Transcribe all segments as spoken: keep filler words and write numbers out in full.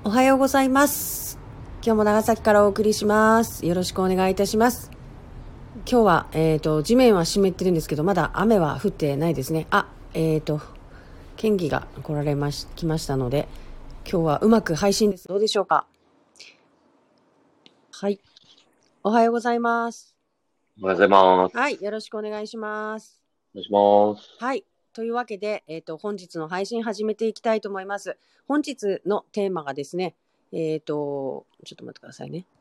おはようございます。今日も長崎からお送りします。よろしくお願いいたします。今日は、えーと、地面は湿ってるんですけど、まだ雨は降ってないですね。あ、えーと、県議が来られまし、来ましたので、今日はうまく配信です。どうでしょうか。はい。おはようございます。 おはようございます。 はい。よろしくお願いします。 お願いします。 はい。というわけで、えーと、本日の配信始めていきたいと思います。本日のテーマがですね、えーと、ちょっと待ってくださいね。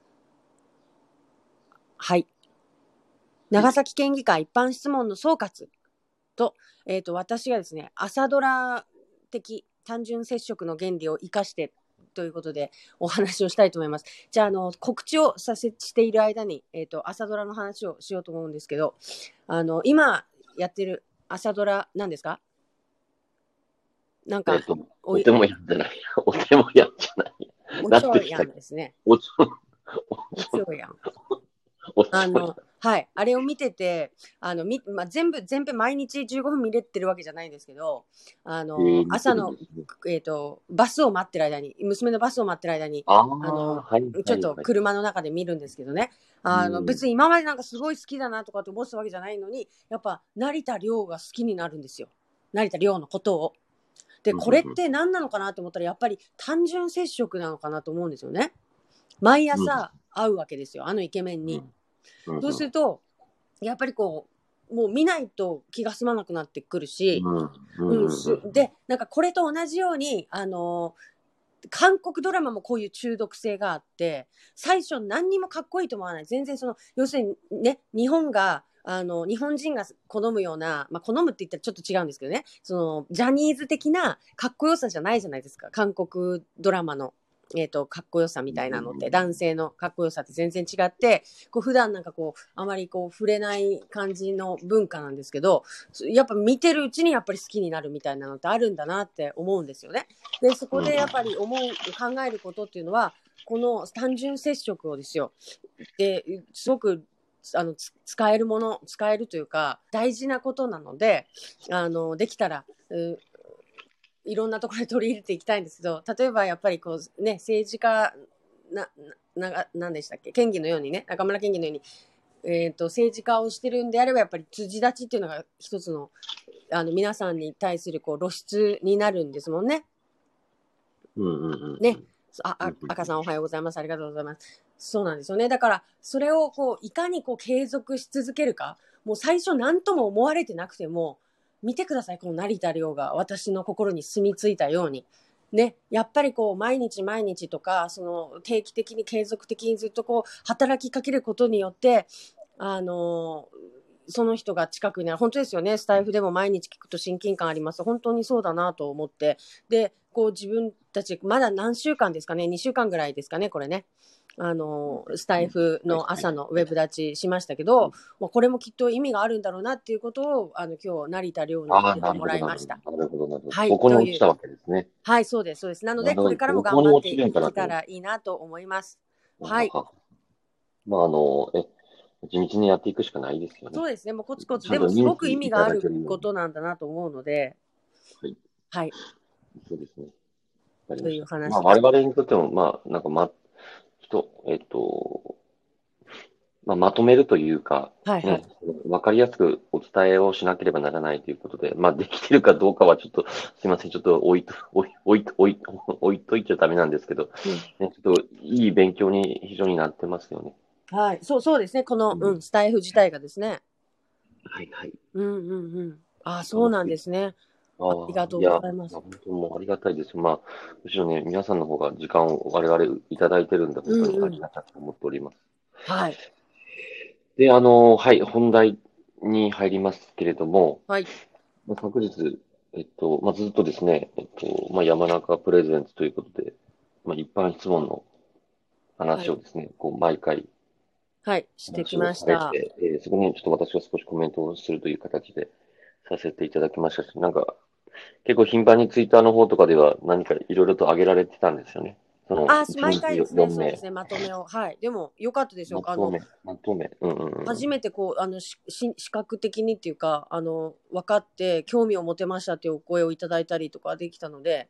はい。長崎県議会一般質問の総括と、えーと、私がですね、朝ドラ的単純接触の原理を生かしてということでお話をしたいと思います。じゃあ、あの、告知をさせしている間に、えーと、朝ドラの話をしようと思うんですけど、あの、今やってる朝ドラ何ですか？なんか、 えっと、 おい、 お手もやんじゃない。お手もやんじゃない。 おちょやなんて来たっけ？ んですね。 おちょ、 おちょやん。 おちょやん。 あの、はい。あれを見てて、あの、み、まあ、全部、全部毎日じゅうごふん見れてるわけじゃないんですけど、あの、 えー、見て朝の、 るんですね。 えっと、バスを待ってる間に、娘のバスを待ってる間に、 ああ、 あの、 はいちょっとはいはい。 車の中で見るんですけどね。あの、 うん。 別に今までなんかすごい好きだなとかって思ってたわけじゃないのに、やっぱ、成田凌が好きになるんですよ。成田凌のことを。で、これって何なのかなと思ったら、やっぱり単純接触なのかなと思うんですよね。毎朝会うわけですよ、あのイケメンに。 うん。 そうすると、やっぱりこう、もう見ないと気が済まなくなってくるし、 うん。うん。 うん、 うん。 で、なんかこれと同じように、あのー、韓国ドラマもこういう中毒性があって、最初何にもかっこいいと思わない。全然その、要するにね、日本が、あの、日本人が好むような、まあ、好むって言ったらちょっと違うんですけどね、その、ジャニーズ的なかっこよさじゃないじゃないですか。韓国ドラマの。えっと、かっこよさみたいなのって、男性のかっこよさって全然違って、こう普段なんかこう、あまりこう触れない感じの文化なんですけど、やっぱ見てるうちにやっぱり好きになるみたいなのってあるんだなって思うんですよね。で、そこでやっぱり思う、考えることっていうのは、この単純接触をですよ。で、すごく、あの、使えるもの、使えるというか、大事なことなので、あの、できたら、いろんなところで取り入れていきたいんですけど、例えばやっぱりこうね、政治家な、な、な、なんでしたっけ、県議のようにね、中村県議のように、えっと、政治家をしてるんであれば、やっぱり辻立ちっていうのが一つの、あの、皆さんに対するこう露出になるんですもんね。 うん。うん。 ね。あ、あ、赤さんおはようございます。ありがとうございます。そうなんですよね。だから、それをこう、いかにこう継続し続けるか。もう最初何とも思われてなくても、見てください。この成田凌が私の心に住み着いたように。ね。やっぱりこう、毎日毎日とか、その定期的に継続的にずっとこう、働きかけることによって、あのその人が近くにある。本当ですよね。スタイフでも毎日聞くと親近感あります。本当にそうだなと思って。で、こう自分たち、まだ何週間ですかね。にしゅうかんぐらいですかね、これね。あの、スタイフの朝のウェブ立ちしましたけど、まあ、これもきっと意味があるんだろうなっていうことを、あの、今日、成田凌にああ、 言ってなるほど、 もらいました。 なるほど。なるほど、なるほど。 はい、 ここにという。 落ちたわけですね。 はい、そうです、そうです。なので、 なるほど。 これからもここに頑張ってい落ちるんかなけたと。 らいいなと思います。はい。 あは。まあ、あの、え、地道にやっていくしかないですよね。 そうですね、もうコツコツ。 ちゃんとでも、すごく意認知いた味があるだけるように。 ことなんだなと思うので、 はい。 はい。 そうですね。わかりというました。まあ、 話です。 我々にとっても、まあ、なんか、ま、人、えっと、まあ、まとめるというか、 はいはい。 ね、わかりやすくお伝えをしなければならないということで、まあ、できてるかどうかはちょっと、すいません、ちょっと置いと、置い、置い、置い、置いといちゃダメなんですけど、 うん。 ね、ちょっといい勉強に非常になってますよね。 はい。そう、そうですね。この、ううん。 ん、スタイフ自体がですね。 はいはい。 うんうんうん。あ、そうなん楽しい。 ですね。ありああ、 がとういや、 ございます。 本当もうありがたいです。まあ、むしろね、皆さんの方が時間を我々いただいてるんで、本当にあうんうん。 りがたく思っております。 はい。 で、あの、はい、本題に入りますけれども、 はい。 まあ、昨日、えっと、まあ、ずっとですね、えっと、まあ、山中プレゼンツということで、まあ、一般質問のはい。 話をですね、こう、毎回はい。してき話をました。 されて、えーそこにちょっと私が少しコメントをするという形でさせていただきましたし、なんか、結構頻繁にツイッターの方とかでは何かいろいろと挙げられてたんですよね。その、 あ、 1 毎日回ですね。 よん名。 そうですね。まとめを。はい。でも、よかったですよ。あの、 まとめ、まとめ。うんうんうん。 初めてこう、あの、しし視覚的にっていうか、あの、分かって、興味を持てましたっていうお声をいただいたりとかできたので、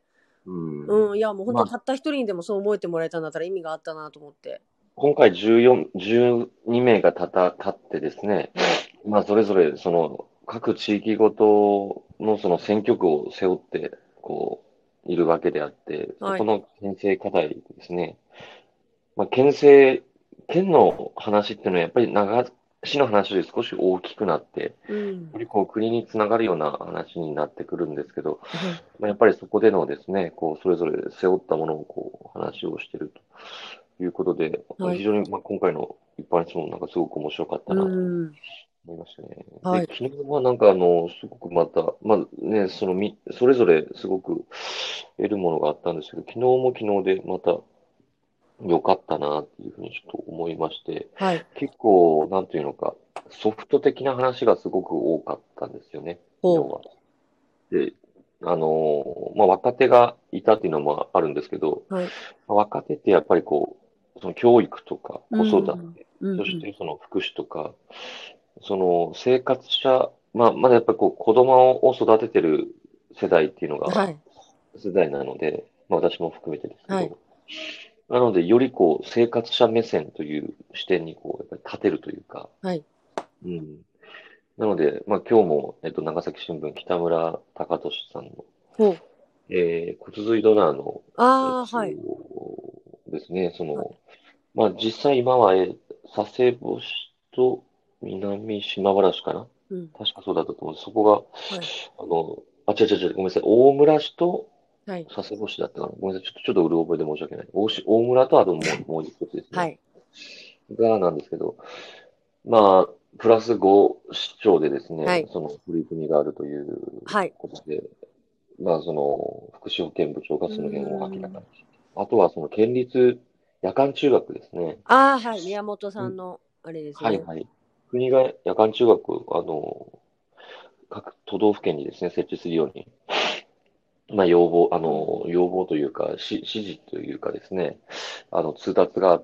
うん。 うん、いや、もう本まあ、 当たった一人にでもそう思えてもらえたんだったら意味があったなと思って。 今回じゅうよん、じゅうに名が立た、立ってですね、 はい。 まあ、それぞれ、その、各地域ごとのその選挙区を背負って、こう、いるわけであって、そはい。 この県政課題ですね。まあ、県政、県の話っていうのはやっぱり長市の話より少し大きくなって、 うん。 よりこう国につながるような話になってくるんですけど、 はい。 まあ、やっぱりそこでのですね、こう、それぞれ背負ったものをこう、話をしているということで、 はい。 非常に、まあ、今回の一般質問なんかすごく面白かったうなとん。 思いましたね。で、 はい。 昨日はなんかあの、すごくまた、まあね、そのみ、それぞれすごく得るものがあったんですけど、昨日も昨日でまた良かったなっていうふうにちょっと思いまして、 はい。 結構、なんていうのか、ソフト的な話がすごく多かったんですよね、昨日ほは。で、あの、まあ、若手がいたっていうのもあるんですけど、 う。はい。 まあ若手ってやっぱりこう、その教育とかう子育ん。 て、 うん。 そしうん。 てその福祉とか、その生活者、まあ、まだやっぱりこう子供を育ててる世代っていうのがはい。 世代なので、まあ私も含めてですけはい。 ど、なのでよりこう生活者目線という視点にこうやっぱり立てるというか、 はい。 うん。なので、まあ今日も、えっと、長崎新聞北村隆俊さんの、 ほう。 えー骨髄ドナーのやああ、はい。 つですね、そはい。 の、まあ実際今は、え佐世保市と南島原市かな、 うん。 確かそうだったと思うんです。そこが、 はい。 あの、あ、違う違う違う、ごめんなさい。大村市とはい。 佐世保市だったかな。ごめんなさい。ちょっと、ちょっとうる覚えで申し訳ない。大し大村とあともう、もう一つですね。 はい。 が、なんですけど、まあ、プラスご市町でですね、 はい。 その取り組みがあるというはい。 ことで、まあ、その、福祉保健部長がうその辺を明らーん。 かにして、あとはその県立夜間中学ですね。 ああ、はい。宮本さんの、あれですね。 はいはい。国が夜間中学、あの、各都道府県にですね、設置するように、まあ、要望、あうん。 の、要望というか、し指示というかですね、あの、通達があって、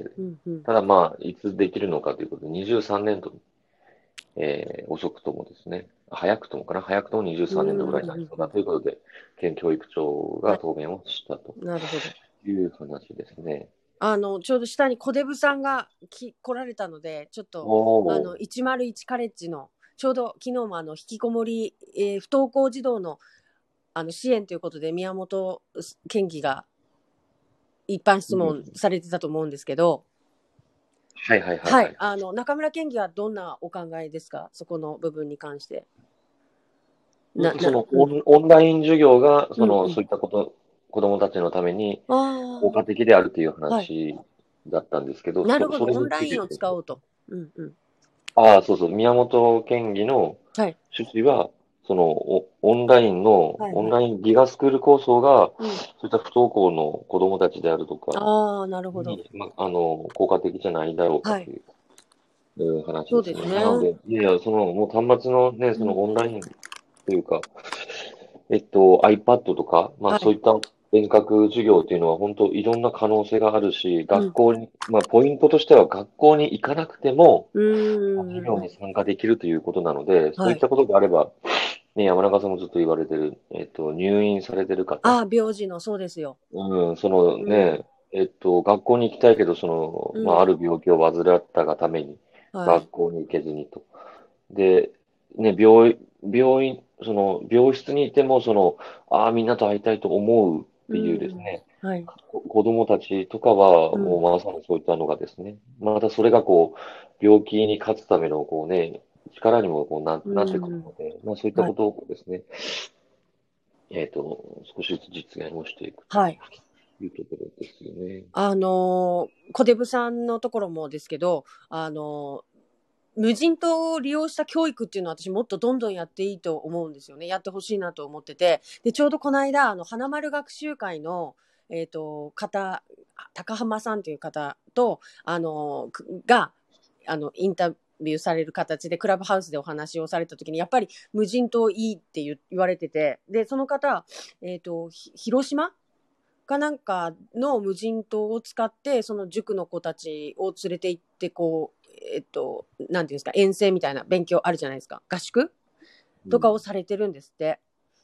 うん。うん。 ただまあ、いつできるのかということで、にじゅうさんねん度に、えー遅くともですね、早くともかな、早くともうにじゅうさんねん度ぐらいになりそうだーん。 ということで、県教育庁はい。 が答弁をしたとなるほど。 いう話ですね。 あの、ちょうど下に小デブさんがき来られたので、ちょっと、あの、 おー、 いちまるいちカレッジの、ちょうど昨日もあの、引きこもり、えー不登校児童の、あの、支援ということで、宮本県議が一般質うん、 問されてたと思うんですけど、 はいはいはいはい。 はい。 あの、中村県議はどんなお考えですか、そこの部分に関して。な、な、 そのうん。 オン、オンライン授業が、その、 うんうん。 そういったこと、子供たちのために効あ果的であるというあ、はい。 話だったんですけど、そ、 なるほど。 それにオンラインをついてですね。 使おうと。うんうん。 ああ、そうそう、宮本県議のはい。 趣旨は、その、おオンラインの、 はいはい。 オンラインギガスクール構想が、 うん。 そういった不登校の子供たちであるとかああ、なるほど。 に、ま、あの、効果的じゃないだろうかはい。 といううん話ですね。 そうですね。 なので、いやいや、その、もう端末のね、そのうん。 オンラインというか、えっと、iPad とか、まあはい。 そういった遠隔授業っていうのは本当いろんな可能性があるし、 うん。 学校に、まあポイントとしては学校に行かなくてもう授ーん。 業に参加できるということなので、そうはい。 いったことであれば、ね、山中さんもずっと言われてる、えっと、入院されてる方、 ああ、病児の、そうですよ。 うん、そのうん。 ね、えっと、学校に行きたいけど、その、まああうん。 る病気を患ったがためにはい。 学校に行けずにと。で、ね、病院、病院、その、病室にいても、その、ああ、みんなと会いたいと思うっうていうですん。 ね、 はい。 こ子供たちとかは、 うん。 もうまさにそういったのがですね、またそれがこう、病気に勝つための、こうね、力にもこうな、 うなってくるん。 ので、まあそういったはい。 ことをですね、えっと、少しずつ実現をしていくとはい。 いうところですよね。 あのー、小デブさんのところもですけど、あのー、無人島を利用した教育っていうのは私もっとどんどんやっていいと思うんですよね。やってほしいなと思ってて。で、ちょうどこの間、あの、花丸学習会の、えっと、方、高浜さんという方と、あの、くが、あの、インタビューされる形でクラブハウスでお話をされた時に、やっぱり無人島いいって言言われてて、で、その方、えっと、ひ広島かなんかの無人島を使って、その塾の子たちを連れて行って、こう、えっと、なんていうんですか、遠征みたいな勉強あるじゃないですか。合宿とかをうん。 されてるんですって。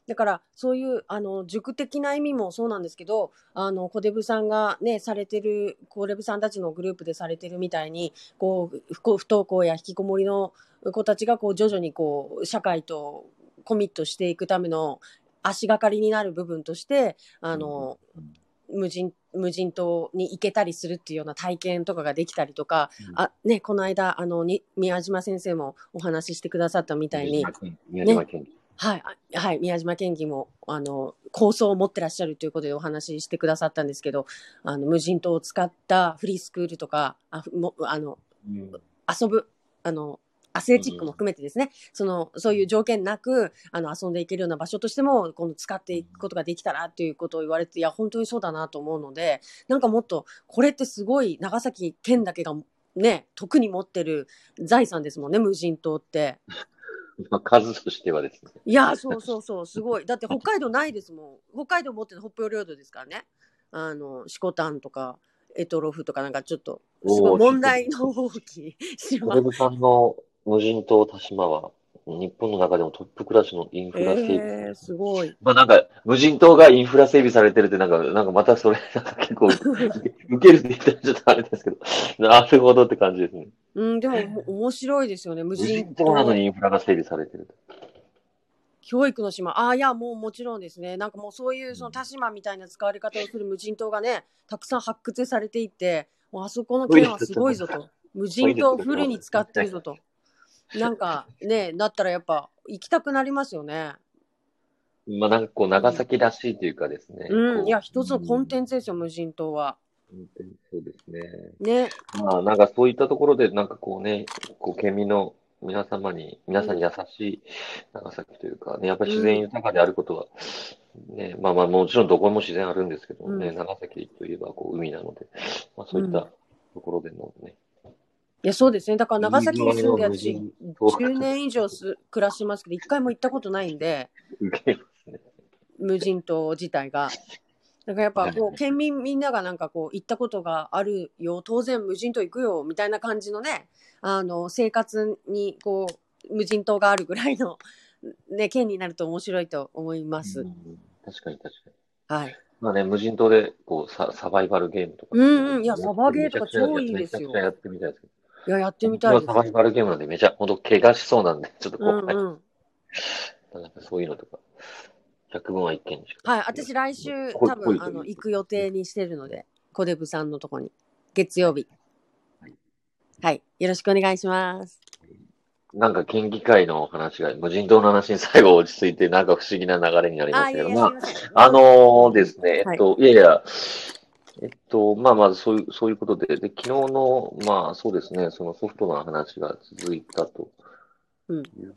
だからそういうあの塾的な意味もそうなんですけど、あのコデブさんがねされてる、コデブさんたちのグループでされてるみたいに、こう不不登校や引きこもりの子たちがこう徐々にこう社会とコミットしていくための足がかりになる部分として、あの、無人無人島に行けたりするっていうような体験とかができたりとか、 うんあね、この間あのに宮島先生もお話ししてくださったみたいに、 宮島県議。 はい、あはい、宮島県議もあの構想を持ってらっしゃるということでお話ししてくださったんですけど、あの無人島を使ったフリースクールとか、あもあのうん遊ぶあのアスレチックも含めてですね、そのそういう条件なくあの遊んでいけるような場所としても今度使っていくことができたらということを言われて、いや本当にそうだなと思うので、なんかもっとこれってすごい長崎県だけがね特に持ってる財産ですもんね、無人島って。 まあ、数としてはですね。 いやそうそうそう、すごい。だって北海道ないですもん。北海道持ってる北方領土ですからね。あの色丹とか択捉島とかなんかちょっとすごい問題の大きい島。 コデブさんの無人島田島は、日本の中でもトップクラスのインフラ整備。 えー、すごい。 まあなんか、無人島がインフラ整備されてるって、なんか、なんかまたそれ、なんか結構、受けるって言ったらちょっとあれですけど、なるほどって感じですね。 うん、でもお面白いですよね、無無人人島なの島。 にインフラが整備されてると。 教育の島。ああ、いや、もうもちろんですね。なんかもうそういうその田島みたいな使われ方をする無人島がね、たくさん発掘されていて、もうあそこの県はすごいぞと。無人島をフルに使ってるぞと。なんかね、だったらやっぱ行きたくなりますよね。 まあなんかこう、長崎らしいというかですね。 うん、 こういや、一つのコンテンツですよ、無人島は。 本当にそうですね。 ね。 まあなんかそういったところで、なんかこうね、こう、県民の皆様に、皆さんに優しい長崎というかね、やっぱり自然豊かであることは、ね、まあまあもちろんどこも自然あるんですけどね、 うん長崎といえばこう海なので、まあそううん。 いったいところでのね、 や、そうですね。だから長いい崎に住んで具合の無私、 人島じゅうねん以上す暮らしてますけど、一回も行ったことないんで、 受けますね。 無人島自体が。だからやっぱこはう、県民みんながなんかこう、行ったことがあるよ、当然無人島行くよ、みたいな感じのね、あの、生活にこう、無人島があるぐらいの、ね、県になると面白いと思いまい。 す。 うん確かに確かに。 はい。 まあね、無人島でこうサ、サバイバルゲームとか、 うんうん、いや、 やっサバゲーとめちゃくちゃ、 か超いいめですよ。 ちゃくちゃやってみたいですけど。 いや、やってみ僕たいです。 はサバイバルゲームなんでめちゃ、ほんと怪我しそうなんで、ちょっとう怖い。 んうん。 なんかそういうのとか、百聞は一見にしか。 はい、私来週こ多分、あの、 濃いという。 行く予定にしてるので、コデブさんのとこに。月曜日。 はいはい。よろしくお願いします。 なんか県議会の話が、無人島の話に最後落ち着いて、なんか不思議な流れになりまあ、 したけど、 いやいや、 まあ、 すいません。 あのーですね、えはい。 っと、いやいや、えっと、まあまあ、そういう、そういうことで、で、昨日の、まあそうですね、そのソフトな話が続いたとうん。 いう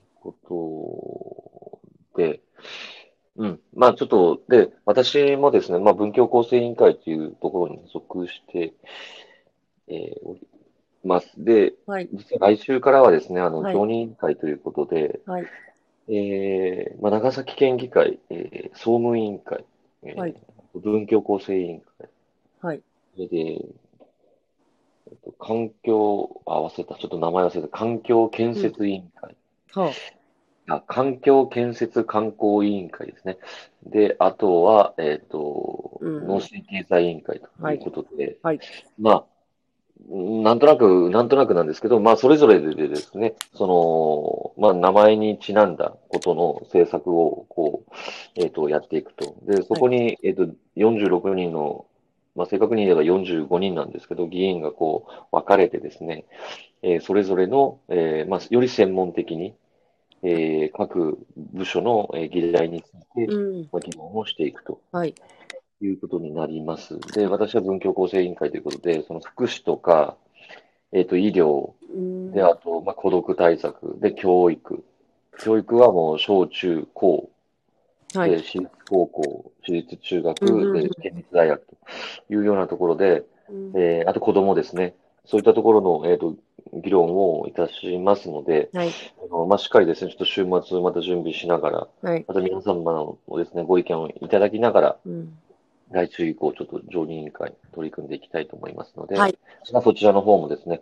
ことで、うん。まあちょっと、で、私もですね、まあ文教構成委員会というところに属して、えーおります。で、 はい。 実は来週からはですね、あの、 はい。 常任委員会ということで、 はい。 えー、まあ長崎県議会、えー、総務委員会、えはい。 ー、文教構成委員会、 はい。 それで、えっと環境、あ、忘れた、ちょっと名前忘れた、環境建うん。 設委員会。 はあ、環境建設観光委員会ですね。で、あとは、えっと、 うん。 農水経済委員会というはい。 ことで、 はい。 まあ、なんとなく、なんとなくなんですけど、まあ、それぞれでですね、その、まあ、名前にちなんだことの政策を、こう、えっと、やっていくと。で、そはい。 こに、えっと、よんじゅうろくにんの、まあ、正確に言えばよんじゅうごにんなんですけど、議員がこう、分かれてですね、えーそれぞれの、えーまあ、より専門的に、えー各部署のえー議題について、 うん。 まあ、議論をしていくとはい。 いうことになります。で、私は文教構成委員会ということで、その福祉とか、えっと、医療、 うで、 ん。 あと、まあ、孤独対策、で、教育。教育はもう小中高、 はい。 で、私立高校、私立中学、 うんうんで、県立大学というようなところで、 うん。 えーあと子供ですね。そういったところの、えっと、議論をいたしますので、 はい。 あの、まあ、しっかりですね、ちょっと週末また準備しながら、 はい。 また皆様のですね、ご意見をいただきながら、 うん。 来週以降、ちょっと常任委員会取り組んでいきたいと思いますので、 はい。 まあそちらの方もですね、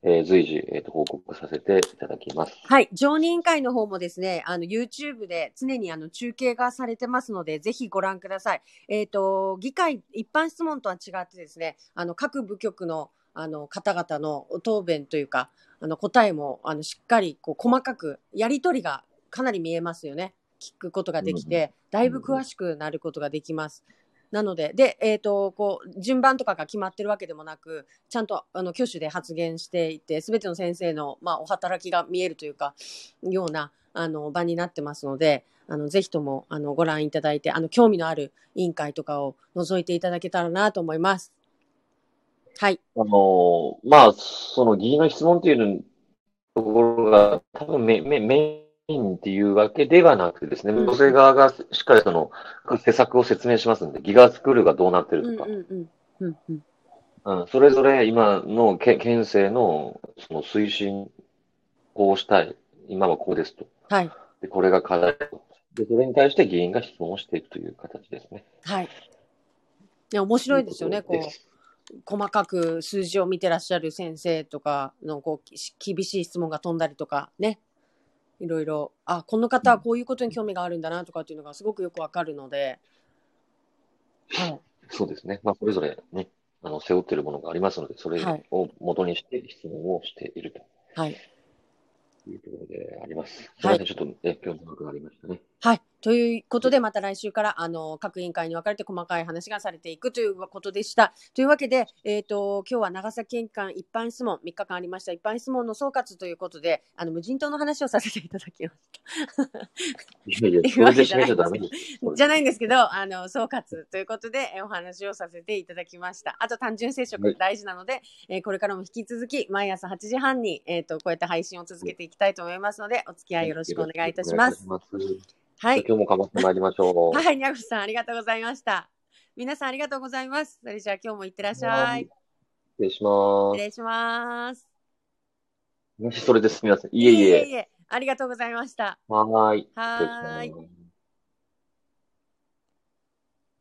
えー随時、えっと、報告させていただきます。 はい。常任委員会の方もですね、あの、YouTube で常にあの、中継がされてますので、ぜひご覧ください。えっと、議会、一般質問とは違ってですね、あの、各部局の、あの、方々の答弁というか、あの、答えも、あの、しっかり、こう、細かく、やりとりがかなり見えますよね。聞くことができて、だいぶ詳しくなることができます。なので、で、えっと、こう、順番とかが決まってるわけでもなく、ちゃんと、あの、挙手で発言していて、すべての先生の、まあ、お働きが見えるというか、ような、あの、場になってますので、あの、ぜひとも、あの、ご覧いただいて、あの、興味のある委員会とかを覗いていただけたらなと思います。はい。 あの、まあ、その議員の質問っていうところが、多分メメメインっていうわけではなくてですね、 うん行政側がしっかりその、施策を説明しますんで、ギガスクールがどうなってるうんとか、 うんうん。うんうん。 うん、それぞれ今のけ県政のその推進、こうしたい、今はこうですと。 はい。 で、これが課題と。で、それに対して議員が質問をしていくという形ですね。 はい。いや、面というこ白いですよね、ことです。 う。細かく数字を見てらっしゃる先生とかのこうき厳しい質問が飛んだりとかね、いろいろ、あ、この方はこういうことに興味があるんだなとかっていうのがすごくよくわかるので、はい。 そうですね。まあ、それぞれね、あの、背負っているものがありますので、それはい。 を元にして質問をしているとはい。 いうところであります。すみはい。 ません、ちょっと、え、今日長くなりましたね。 はい。ということはい。 で、また来週から、あの、各委員会に分かれて細かい話がされていくということでした。というわけで、えっ、と、今日は長崎県間一般質問、みっかかんありました一般質問の総括ということで、あの、無人島の話をさせていただきました。 いやいや、 っていうわけじゃそれで締めちゃないんですけど、 ダメですよ。それじゃないんですけど、あの、総括ということで、えお話をさせていただきました。あと、単純接触はい。 大事なので、えーこれからも引き続き、毎朝はちじはんに、えっ、と、こうやって配信を続けていきたいと思いますので、お付き合はい。 いよろしよろしくお願いいたくお願いいします。 たします。じゃあはい。 今日も頑張ってまいりましょはい、にゃくさん、ありがとうございました。皆さん、ありがとうございます。それじゃあ、今日もいってらっう。 しゃい。 はい。失礼します。 失礼します。 それですみません。いいえいえ。 えいえいえ、ありがとうございました。 はーい。失礼しまはーい。 す。